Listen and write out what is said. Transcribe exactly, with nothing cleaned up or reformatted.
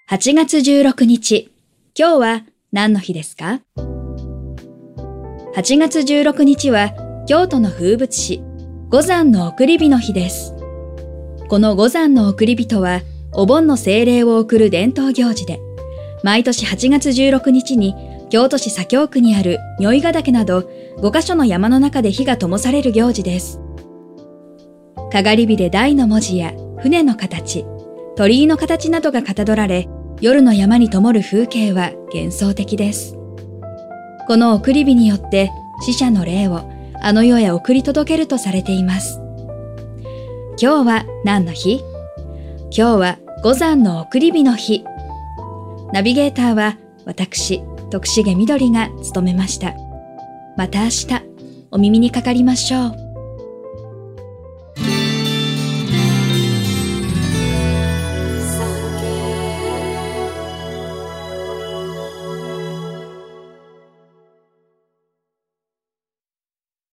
はちがつじゅうろくにち、今日は何の日ですか？ はち 月じゅうろくにちは京都の風物詩、五山の送り火の日です。この五山の送り火とは、お盆の精霊を送る伝統行事で、毎年はちがつじゅうろくにちに京都市左京区にある如意ヶ岳などごかしょの山の中で火が灯される行事です。かがり火で大の文字や船の形、鳥居の形などがかたどられ、夜の山に灯る風景は幻想的です。この送り火によって死者の霊をあの世へ送り届けるとされています。今日は何の日？今日は五山の送り火の日。ナビゲーターは私、徳重みどりが務めました。また明日、お耳にかかりましょう。